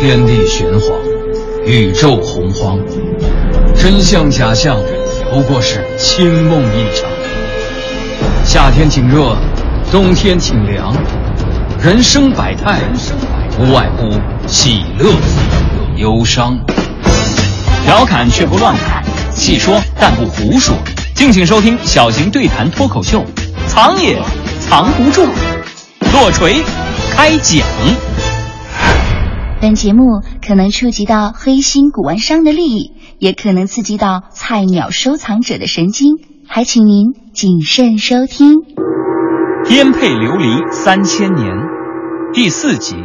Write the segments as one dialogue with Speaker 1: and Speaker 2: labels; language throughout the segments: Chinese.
Speaker 1: 天地玄黄，宇宙洪荒，真相假象不过是清梦一场。夏天挺热，冬天挺凉，人生百态，无外乎喜乐忧伤。
Speaker 2: 调侃却不乱侃，细说但不胡说。敬请收听小型对谈脱口秀，藏也藏不住，落锤开讲。
Speaker 3: 本节目可能触及到黑心古玩商的利益，也可能刺激到菜鸟收藏者的神经，还请您谨慎收听。
Speaker 2: 颠沛流离3000年第4集。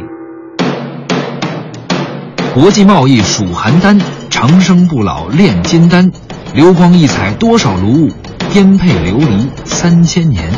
Speaker 4: 国际贸易属邯郸，长生不老炼金丹，流光溢彩多少炉，颠沛流离3000年。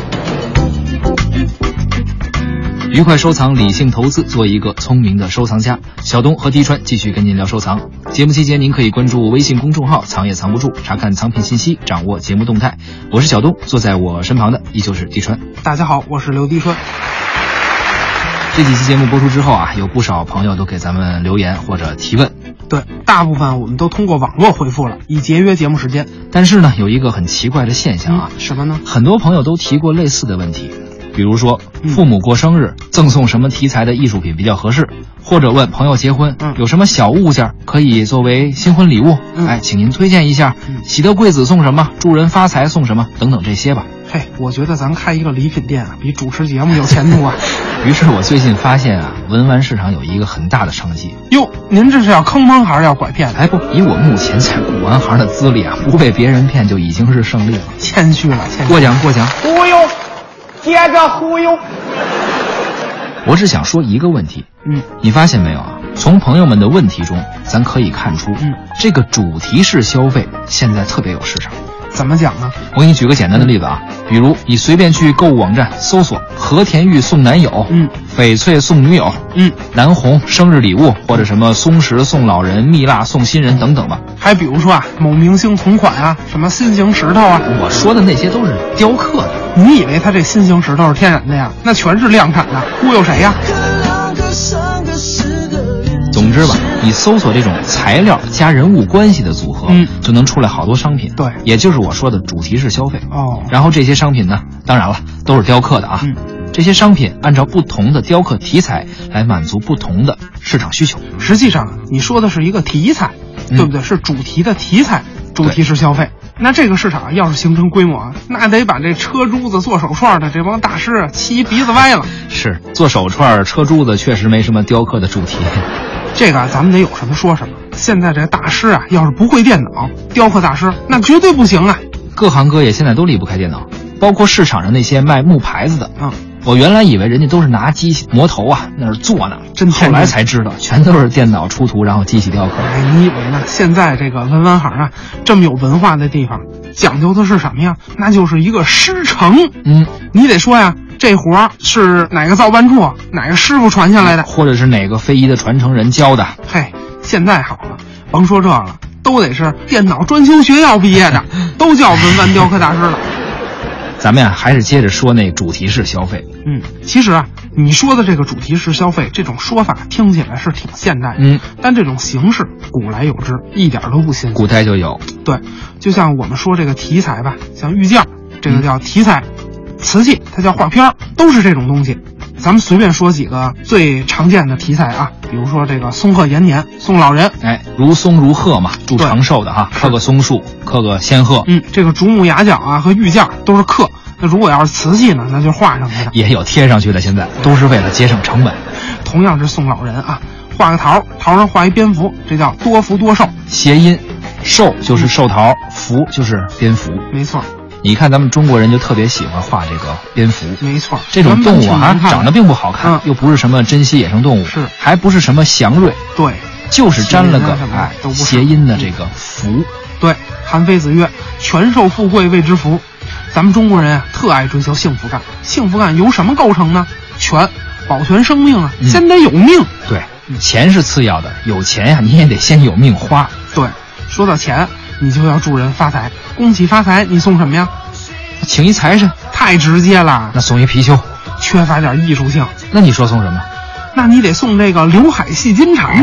Speaker 4: 愉快收藏，理性投资，做一个聪明的收藏家。小东和滴川继续跟您聊收藏。节目期间您可以关注微信公众号藏也藏不住，查看藏品信息，掌握节目动态。我是小东，坐在我身旁的依旧是滴川。
Speaker 5: 大家好，我是刘滴川。
Speaker 4: 这几期节目播出之后啊，有不少朋友都给咱们留言或者提问。
Speaker 5: 对，大部分我们都通过网络回复了，以节约节目时间。
Speaker 4: 但是呢，有一个很奇怪的现象啊，
Speaker 5: 什么呢？
Speaker 4: 很多朋友都提过类似的问题，比如说父母过生日，赠送什么题材的艺术品比较合适，或者问朋友结婚，有什么小物件可以作为新婚礼物，请您推荐一下，喜得贵子送什么，祝人发财送什么等等这些吧。
Speaker 5: 嘿，我觉得咱开一个礼品店啊，比主持节目有前途啊。
Speaker 4: 于是我最近发现啊，文玩市场有一个很大的商机。
Speaker 5: 哟，您这是要坑蒙还是要拐骗？
Speaker 4: 哎不，以我目前在古玩行的资历啊，不被别人骗就已经是胜利了。
Speaker 5: 谦虚了，谦虚。
Speaker 4: 过奖。
Speaker 6: 忽悠，接着忽悠。
Speaker 4: 我只想说一个问题，你发现没有啊？从朋友们的问题中，咱可以看出，这个主题式消费现在特别有市场。
Speaker 5: 怎么讲呢？
Speaker 4: 我给你举个简单的例子啊，比如你随便去购物网站搜索和田玉送男友，翡翠送女友，南红生日礼物，或者什么松石送老人，蜜蜡送新人等等吧。
Speaker 5: 还比如说啊，某明星同款啊，什么新型石头啊。
Speaker 4: 我说的那些都是雕刻的。
Speaker 5: 你以为他这新型石头是天然的呀？那全是量产的，忽悠谁呀？
Speaker 4: 总之吧，你搜索这种材料加人物关系的组合，就能出来好多商品。
Speaker 5: 对，
Speaker 4: 也就是我说的主题式消费。
Speaker 5: 哦，
Speaker 4: 然后这些商品呢，当然了，都是雕刻的啊。这些商品按照不同的雕刻题材来满足不同的市场需求。
Speaker 5: 实际上，你说的是一个题材，对不对？是主题的题材，主题式消费。那这个市场要是形成规模，那得把这车珠子做手串的这帮大师气鼻子歪了。
Speaker 4: 是，做手串车珠子确实没什么雕刻的主题。
Speaker 5: 这个咱们得有什么说什么。现在这大师啊，要是不会电脑，雕刻大师那绝对不行啊。
Speaker 4: 各行各业现在都离不开电脑，包括市场上那些卖木牌子的。我原来以为人家都是拿机器磨头啊，那是做呢，后来才知道全都是电脑出图，然后机器雕刻。
Speaker 5: 你以为呢？现在这个文玩行啊，这么有文化的地方，讲究的是什么呀？那就是一个师承。你得说呀，这活是哪个造办处哪个师傅传下来的，
Speaker 4: 或者是哪个非遗的传承人教的。
Speaker 5: 嘿，现在好了，甭说这了，都得是电脑专修学校毕业的，都叫文玩雕刻大师了。
Speaker 4: 咱们呀，还是接着说那主题式消费。
Speaker 5: 其实啊，你说的这个主题式消费这种说法听起来是挺现代的，但这种形式古来有之，一点都不新。
Speaker 4: 古代就有。
Speaker 5: 对，就像我们说这个题材吧，像玉件，这个叫题材；瓷器它叫画片，都是这种东西。咱们随便说几个最常见的题材啊，比如说这个松鹤延年送老人，
Speaker 4: 如松如鹤嘛，祝长寿的哈，刻个松树，刻个仙鹤。
Speaker 5: 这个竹木牙角啊和玉件都是刻。那如果要是瓷器呢，那就画上去的，
Speaker 4: 也有贴上去的，现在都是为了节省成本。
Speaker 5: 同样是送老人啊，画个桃，桃上画一蝙蝠，这叫多福多寿，
Speaker 4: 谐音，寿就是寿桃，福就是蝙蝠。
Speaker 5: 没错。
Speaker 4: 你看咱们中国人就特别喜欢画这个蝙蝠。
Speaker 5: 没错，
Speaker 4: 这种动物啊，长得并不好看，又不是什么珍稀野生动物，
Speaker 5: 是，
Speaker 4: 还不是什么祥瑞，
Speaker 5: 对，
Speaker 4: 就是沾了个谐音的这个福。
Speaker 5: 对，韩非子曰：“全寿富贵谓之福。”咱们中国人啊，特爱追求幸福感。幸福感由什么构成呢？权，保全生命啊，先得有命。
Speaker 4: 对，钱是次要的，有钱呀，你也得先有命花。
Speaker 5: 对，说到钱，你就要祝人发财，恭喜发财，你送什么呀？
Speaker 4: 请一财神，
Speaker 5: 太直接了。
Speaker 4: 那送一貔貅，
Speaker 5: 缺乏点艺术性。
Speaker 4: 那你说送什么？
Speaker 5: 那你得送这个刘海戏金蝉呐。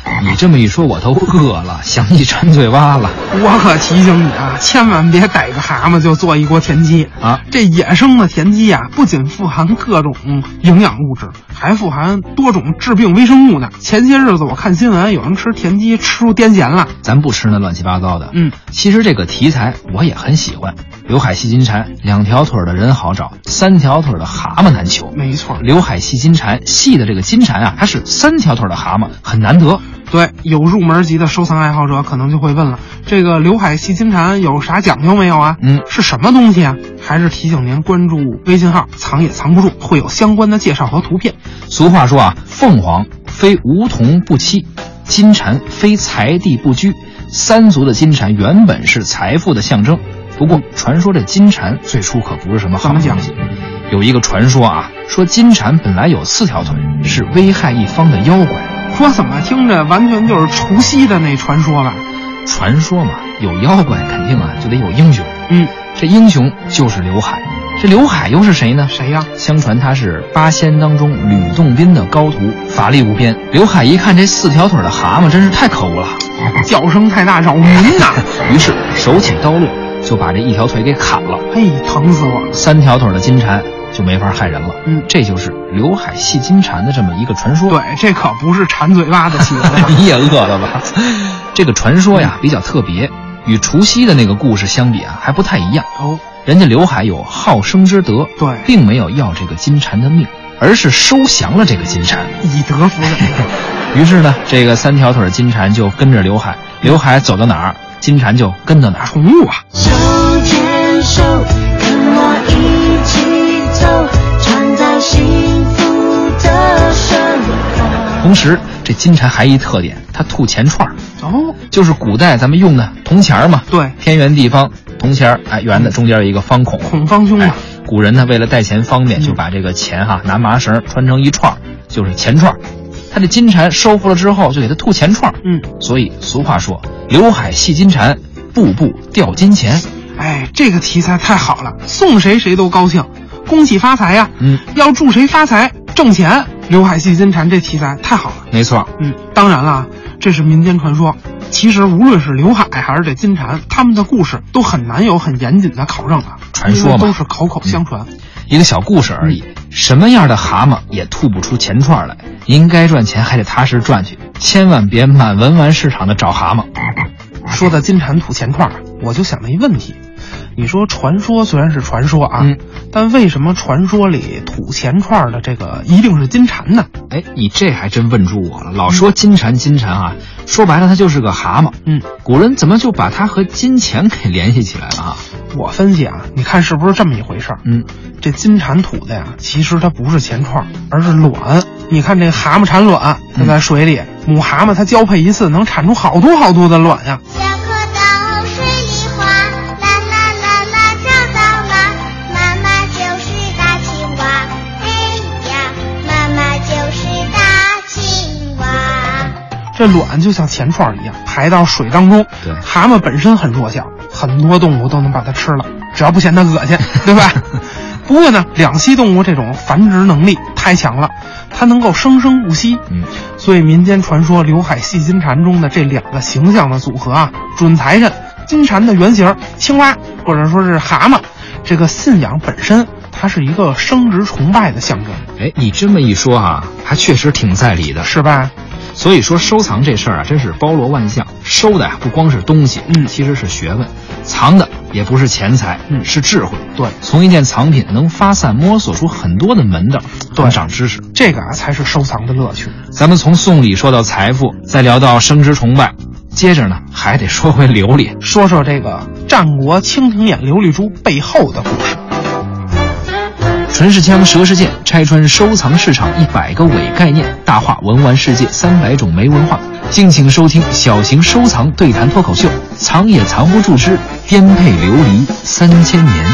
Speaker 4: 你这么一说，我都饿了，想起馋嘴蛙了。
Speaker 5: 我可提醒你啊，千万别逮个蛤蟆就做一锅田鸡
Speaker 4: 啊！
Speaker 5: 这野生的田鸡啊，不仅富含各种营养物质，还富含多种致病微生物呢。前些日子我看新闻，有人吃田鸡吃出癫痫了。
Speaker 4: 咱不吃那乱七八糟的。其实这个题材我也很喜欢。刘海细金蝉，2条腿的人好找，3条腿的蛤蟆难求。
Speaker 5: 没错，
Speaker 4: 刘海细金蝉，细的这个金蝉啊，它是3条腿的蛤蟆，很难得。
Speaker 5: 对，有入门级的收藏爱好者可能就会问了，这个刘海细金蝉有啥讲究没有啊？是什么东西啊？还是提醒您关注微信号藏也藏不住，会有相关的介绍和图片。
Speaker 4: 俗话说啊，凤凰非梧桐不栖，金蝉非财地不居。3足的金蝉原本是财富的象征，不过传说这金蝉最初可不是什么好东西。有一个传说啊，说金蝉本来有4条腿，是危害一方的妖怪。
Speaker 5: 我怎么听着完全就是除夕的那传说吧？
Speaker 4: 传说嘛，有妖怪肯定啊就得有英雄。这英雄就是刘海。这刘海又是谁呢？
Speaker 5: 谁呀？
Speaker 4: 相传他是8仙当中吕洞宾的高徒，法力无边。刘海一看这4条腿的蛤蟆真是太可恶了，
Speaker 5: 叫声太大扰民呐。
Speaker 4: 于是手起刀落，就把这1条腿给砍了。
Speaker 5: 嘿，疼死我了
Speaker 4: ！3条腿的金蝉就没法害人了。这就是刘海细金蝉的这么一个传说。
Speaker 5: 对，这可不是馋嘴蛙的起源。
Speaker 4: 你也饿了吧？这个传说呀比较特别，与除夕的那个故事相比啊还不太一样。人家刘海有好生之德，
Speaker 5: 对，
Speaker 4: 并没有要这个金蝉的命，而是收降了这个金蝉，
Speaker 5: 以德服人。
Speaker 4: 于是呢，这个3条腿的金蝉就跟着刘海，刘海走到哪儿，金蝉就跟到哪儿。
Speaker 5: 宠物啊！
Speaker 7: 手牵手，跟我一起走，穿在幸福的生活。
Speaker 4: 同时，这金蝉还一特点，它吐钱串儿。就是古代咱们用的铜钱嘛。
Speaker 5: 对，
Speaker 4: 偏远地方铜钱圆的，中间有一个方孔，
Speaker 5: 孔方兄嘛。
Speaker 4: 古人呢为了带钱方便，就把这个钱拿麻绳穿成一串，就是钱串。他这金蝉收服了之后，就给他吐钱串。所以俗话说，刘海细金蝉，步步掉金钱。
Speaker 5: 哎，这个题材太好了，送谁谁都高兴，恭喜发财呀！要祝谁发财挣钱。刘海细金蝉这题材太好了。
Speaker 4: 没错。
Speaker 5: 当然了，这是民间传说。其实无论是刘海还是这金蝉，他们的故事都很难有很严谨的考证啊。
Speaker 4: 传说嘛，
Speaker 5: 都是口口相传。
Speaker 4: 一个小故事而已。什么样的蛤蟆也吐不出钱串来，您该赚钱还得踏实赚去，千万别满文玩市场的找蛤蟆。
Speaker 5: 说到金蝉吐钱串，我就想了一问题。你说传说虽然是传说啊，但为什么传说里吐钱串的这个一定是金蝉呢？
Speaker 4: 哎，你这还真问住我了。老说金蝉金蝉啊，说白了它就是个蛤蟆。古人怎么就把它和金钱给联系起来了啊？
Speaker 5: 我分析啊，你看是不是这么一回事儿？这金蝉吐的呀，其实它不是钱串，而是卵。你看这蛤蟆产卵，它在水里，母蛤蟆它交配一次能产出好多好多的卵呀。
Speaker 7: 小蝌蚪水里滑，啦啦啦啦找到了，妈妈就是大青蛙，哎呀，妈妈就是大青蛙。
Speaker 5: 这卵就像钱串一样排到水当中，
Speaker 4: 对，
Speaker 5: 蛤蟆本身很弱小，很多动物都能把它吃了，只要不嫌它恶心，对吧？不过呢，两栖动物这种繁殖能力太强了，它能够生生不息。所以民间传说刘海细金蝉中的这两个形象的组合啊，准财神，金蝉的原型青蛙或者说是蛤蟆，这个信仰本身它是一个生殖崇拜的象征。
Speaker 4: 哎，你这么一说啊，还确实挺在理的，
Speaker 5: 是吧？
Speaker 4: 所以说收藏这事儿啊，真是包罗万象。收的呀，不光是东西，其实是学问；藏的也不是钱财，是智慧。
Speaker 5: 对，
Speaker 4: 从一件藏品能发散摸索出很多的门道，对，长知识，
Speaker 5: 这个才是收藏的乐趣。
Speaker 4: 咱们从送礼说到财富，再聊到生殖崇拜，接着呢还得说回琉璃，
Speaker 5: 说说这个战国蜻蜓眼琉璃珠背后的故事。
Speaker 4: 唇是枪，舌是剑，拆穿收藏市场100个伪概念，大话文玩世界300种没文化。敬请收听小型收藏对谈脱口秀，藏也藏不住之颠沛流离3000年。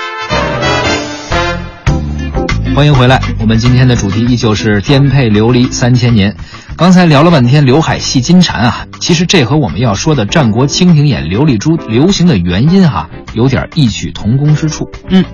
Speaker 4: 欢迎回来，我们今天的主题依旧是颠沛流离3000年。刚才聊了半天刘海细金蝉啊，其实这和我们要说的战国蜻蜓眼琉璃珠流行的原因有点异曲同工之处。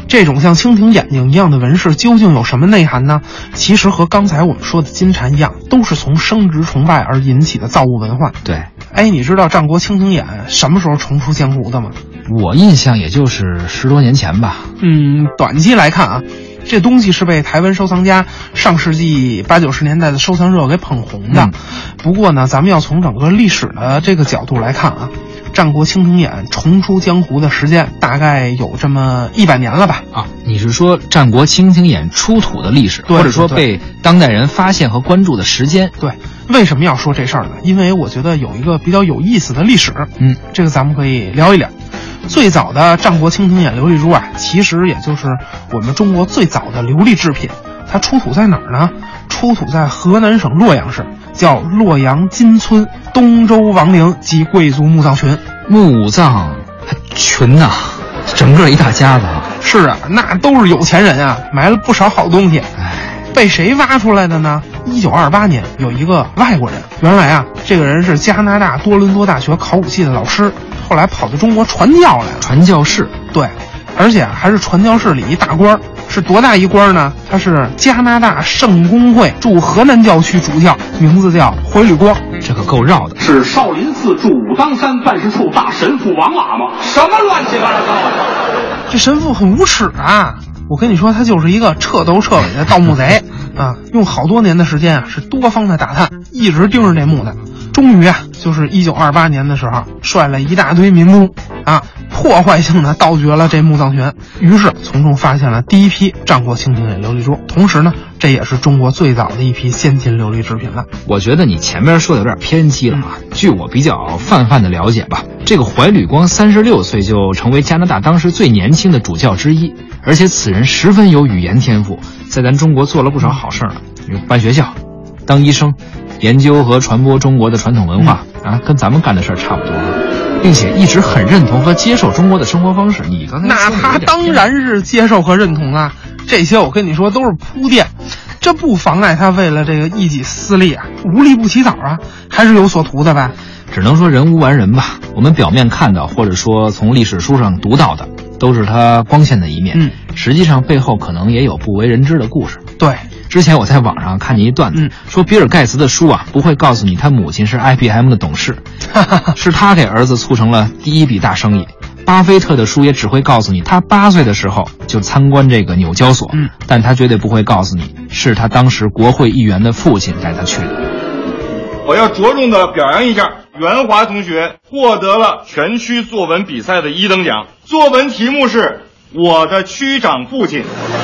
Speaker 5: 这种像蜻蜓眼睛一样的纹饰究竟有什么内涵呢？其实和刚才我们说的金蝉一样，都是从生殖崇拜而引起的造物文化。
Speaker 4: 对，
Speaker 5: 哎，你知道战国蜻蜓眼什么时候重出江湖的吗？
Speaker 4: 我印象也就是10多年前吧。
Speaker 5: 短期来看啊，这东西是被台湾收藏家上世纪80、90年代的收藏热给捧红的。不过呢，咱们要从整个历史的这个角度来看啊，战国蜻蜓眼重出江湖的时间大概有这么100年了吧？
Speaker 4: 啊，你是说战国蜻蜓眼出土的历史，或者说被当代人发现和关注的时间？
Speaker 5: 对，为什么要说这事儿呢？因为我觉得有一个比较有意思的历史，这个咱们可以聊一聊。最早的战国蜻蜓眼琉璃珠啊，其实也就是我们中国最早的琉璃制品。它出土在哪儿呢？出土在河南省洛阳市，叫洛阳金村东周王陵及贵族墓葬群。
Speaker 4: 墓葬群呐，整个一大家子。
Speaker 5: 是啊，那都是有钱人啊，埋了不少好东西。被谁挖出来的呢？1928年，有一个外国人，原来啊，这个人是加拿大多伦多大学考古系的老师，后来跑到中国传教来了。
Speaker 4: 传教士，
Speaker 5: 对，而且还是传教士里一大官，是多大一官呢？他是加拿大圣公会驻河南教区主教，名字叫怀吕光。
Speaker 4: 这可够绕的。
Speaker 8: 是少林寺驻武当山办事处大神父王喇嘛。什么乱七八糟的！
Speaker 5: 这神父很无耻啊！我跟你说，他就是一个彻头彻尾的盗墓贼啊！用好多年的时间啊，是多方的打探，一直盯着这墓的。终于啊，就是1928年的时候，率了一大堆民工啊，破坏性的盗掘了这墓葬群，于是从中发现了第一批战国蜻蜓眼琉璃珠，同时呢，这也是中国最早的一批先秦琉璃制品了。
Speaker 4: 我觉得你前面说的有点偏激了啊！据我比较泛的了解吧，这个怀吕光36岁就成为加拿大当时最年轻的主教之一，而且此人十分有语言天赋，在咱中国做了不少好事呢，办学校、当医生、研究和传播中国的传统文化啊，跟咱们干的事儿差不多，并且一直很认同和接受中国的生活方式。你刚才
Speaker 5: 那他当然是接受和认同啊，这些我跟你说都是铺垫，这不妨碍他为了这个一己私利啊，无利不起早啊，还是有所图的吧。
Speaker 4: 只能说人无完人吧，我们表面看到或者说从历史书上读到的都是他光鲜的一面，实际上背后可能也有不为人知的故事。
Speaker 5: 对，
Speaker 4: 之前我在网上看见一段子，说比尔盖茨的书啊不会告诉你他母亲是 IBM 的董事，是他给儿子促成了第一笔大生意。巴菲特的书也只会告诉你他8岁的时候就参观这个纽交所，但他绝对不会告诉你是他当时国会议员的父亲带他去的。
Speaker 9: 我要着重的表扬一下袁华同学，获得了全区作文比赛的1等奖，作文题目是我的区长父亲。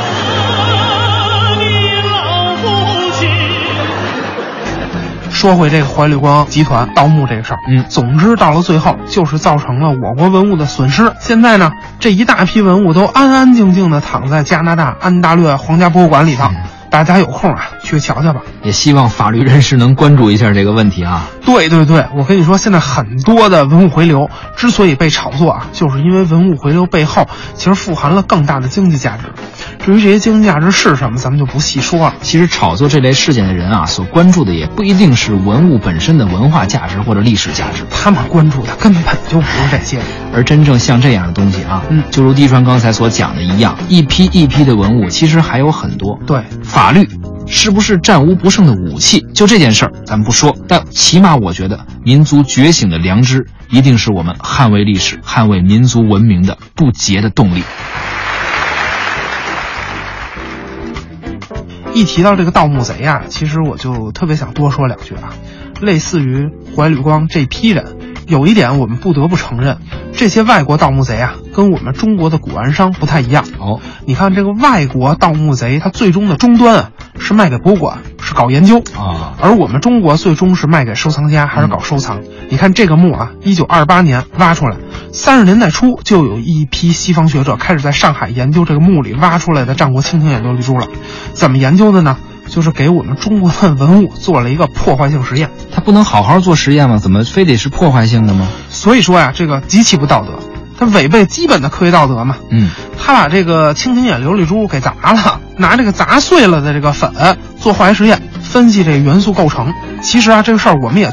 Speaker 5: 说回这个怀吕光集团盗墓这个事儿，总之到了最后就是造成了我国文物的损失。现在呢，这一大批文物都安安静静的躺在加拿大安大略皇家博物馆里头。大家有空啊去瞧瞧吧，也希望法律人士能关注一下这个问题啊。对对对，我跟你说，现在很多的文物回流之所以被炒作啊，就是因为文物回流背后其实富含了更大的经济价值。至于这些经济价值是什么，咱们就不细说了。其实炒作这类事件的人啊，所关注的也不一定是文物本身的文化价值或者历史价值，他们关注的根本就不是这些。而真正像这样的东西啊，就如滴川刚才所讲的一样，一批一批的文物其实还有很多。对，法律是不是战无不胜的武器？就这件事儿，咱们不说，但起码我觉得，民族觉醒的良知一定是我们捍卫历史、捍卫民族文明的不竭的动力。一提到这个盗墓贼啊，其实我就特别想多说两句啊。类似于怀吕光这批人，有一点我们不得不承认，这些外国盗墓贼啊，跟我们中国的古玩商不太一样。你看这个外国盗墓贼，他最终的终端啊，是卖给博物馆，是搞研究啊，而我们中国最终是卖给收藏家，还是搞收藏。你看这个墓啊，1928年挖出来，30年代初就有一批西方学者开始在上海研究这个墓里挖出来的战国蜻蜓眼琉璃珠了。怎么研究的呢？就是给我们中国的文物做了一个破坏性实验。他不能好好做实验吗？怎么非得是破坏性的吗？所以说呀，这个极其不道德，他违背基本的科学道德嘛。他把这个蜻蜓眼琉璃珠给砸了，拿这个砸碎了的这个粉做化学实验，分析这个元素构成。其实啊，这个事儿我们也做过，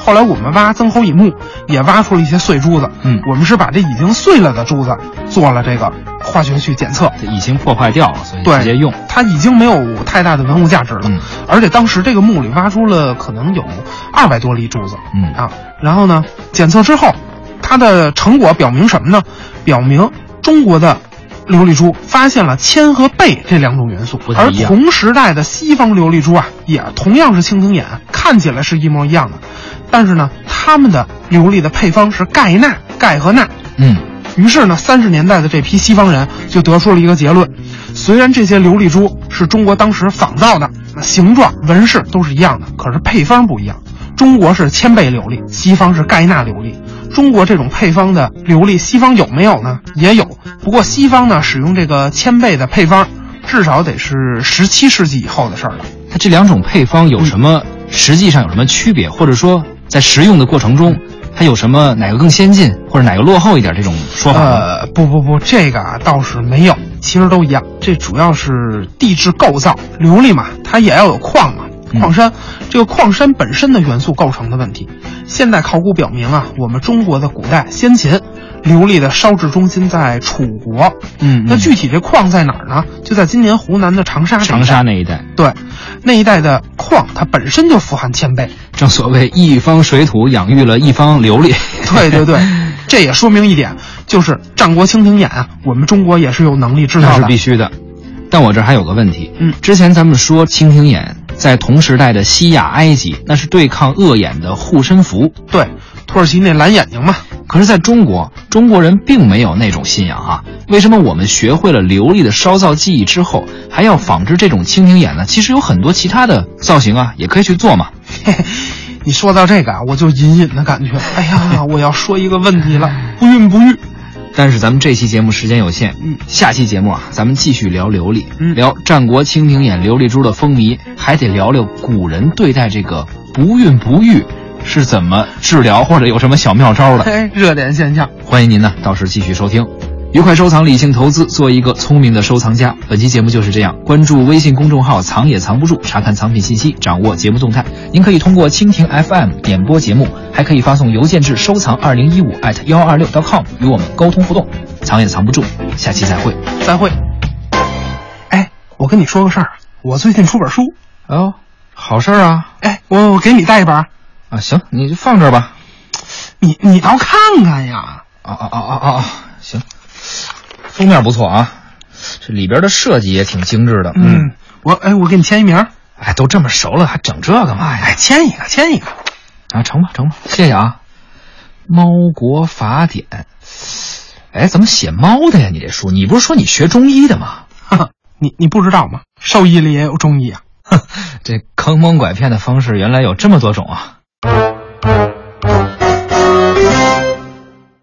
Speaker 5: 后来我们挖曾侯乙墓也挖出了一些碎珠子，我们是把这已经碎了的珠子做了这个化学去检测，
Speaker 4: 已经破坏掉了，所以直接用。
Speaker 5: 它已经没有太大的文物价值了，而且当时这个墓里挖出了可能有200多粒珠子，然后呢，检测之后，它的成果表明什么呢？表明中国的琉璃珠发现了铅和钡这2种元素，而同时代的西方琉璃珠啊，也同样是蜻蜓眼，看起来是一模一样的，但是呢，他们的琉璃的配方是钙钠，钙和钠。于是呢，30年代的这批西方人就得出了一个结论：虽然这些琉璃珠是中国当时仿造的，形状、纹饰都是一样的，可是配方不一样。中国是铅钡琉璃，西方是钙钠琉璃。中国这种配方的琉璃，西方有没有呢？也有，不过西方呢使用这个铅钡的配方，至少得是17世纪以后的事儿了。
Speaker 4: 它这2种配方有什么？实际上有什么区别？或者说在实用的过程中，它有什么哪个更先进，或者哪个落后一点这种说法吗？
Speaker 5: 不，这个倒是没有，其实都一样。这主要是地质构造，琉璃嘛，它也要有矿嘛。矿山，这个矿山本身的元素构成的问题。现代考古表明啊，我们中国的古代先秦琉璃的烧制中心在楚国。那具体这矿在哪儿呢？就在今年湖南的长沙
Speaker 4: 那一带。
Speaker 5: 对，那一带的矿它本身就富含铅钡。
Speaker 4: 正所谓一方水土养育了一方琉璃。
Speaker 5: 对，这也说明一点，就是战国蜻蜓眼啊，我们中国也是有能力制造的。
Speaker 4: 那是必须的。但我这还有个问题，之前咱们说蜻蜓眼在同时代的西亚埃及，那是对抗恶眼的护身符，
Speaker 5: 对，土耳其那蓝眼睛嘛。
Speaker 4: 可是在中国人并没有那种信仰啊。为什么我们学会了琉璃的烧造技艺之后，还要仿制这种蜻蜓眼呢？其实有很多其他的造型啊，也可以去做嘛。
Speaker 5: 你说到这个啊，我就隐隐的感觉，哎呀，我要说一个问题了，不孕不育。
Speaker 4: 但是咱们这期节目时间有限，下期节目啊，咱们继续聊琉璃，聊战国蜻蜓眼琉璃珠的风靡，还得聊聊古人对待这个不孕不育是怎么治疗，或者有什么小妙招的。
Speaker 5: 热点现象。
Speaker 4: 欢迎您呢，到时继续收听。愉快收藏，理性投资，做一个聪明的收藏家。本期节目就是这样，关注微信公众号藏也藏不住，查看藏品信息，掌握节目动态。您可以通过蜻蜓 FM 点播节目，还可以发送邮件至收藏2015@126.com 与我们沟通互动。藏也藏不住，下期再会。
Speaker 5: 再会。我跟你说个事儿，我最近出本书。
Speaker 4: 哦，好事儿啊。
Speaker 5: 我给你带一本
Speaker 4: 啊。行，你就放这儿吧。
Speaker 5: 你倒看看呀。
Speaker 4: 行。封面不错啊，这里边的设计也挺精致的。
Speaker 5: 我给你签一名。
Speaker 4: 都这么熟了，还整这干嘛呀？
Speaker 5: 签一个。
Speaker 4: 啊，成吧，谢谢啊。猫国法典，怎么写猫的呀？你这书，你不是说你学中医的吗？
Speaker 5: 你不知道吗？兽医里也有中医啊。
Speaker 4: 这坑蒙拐骗的方式原来有这么多种啊。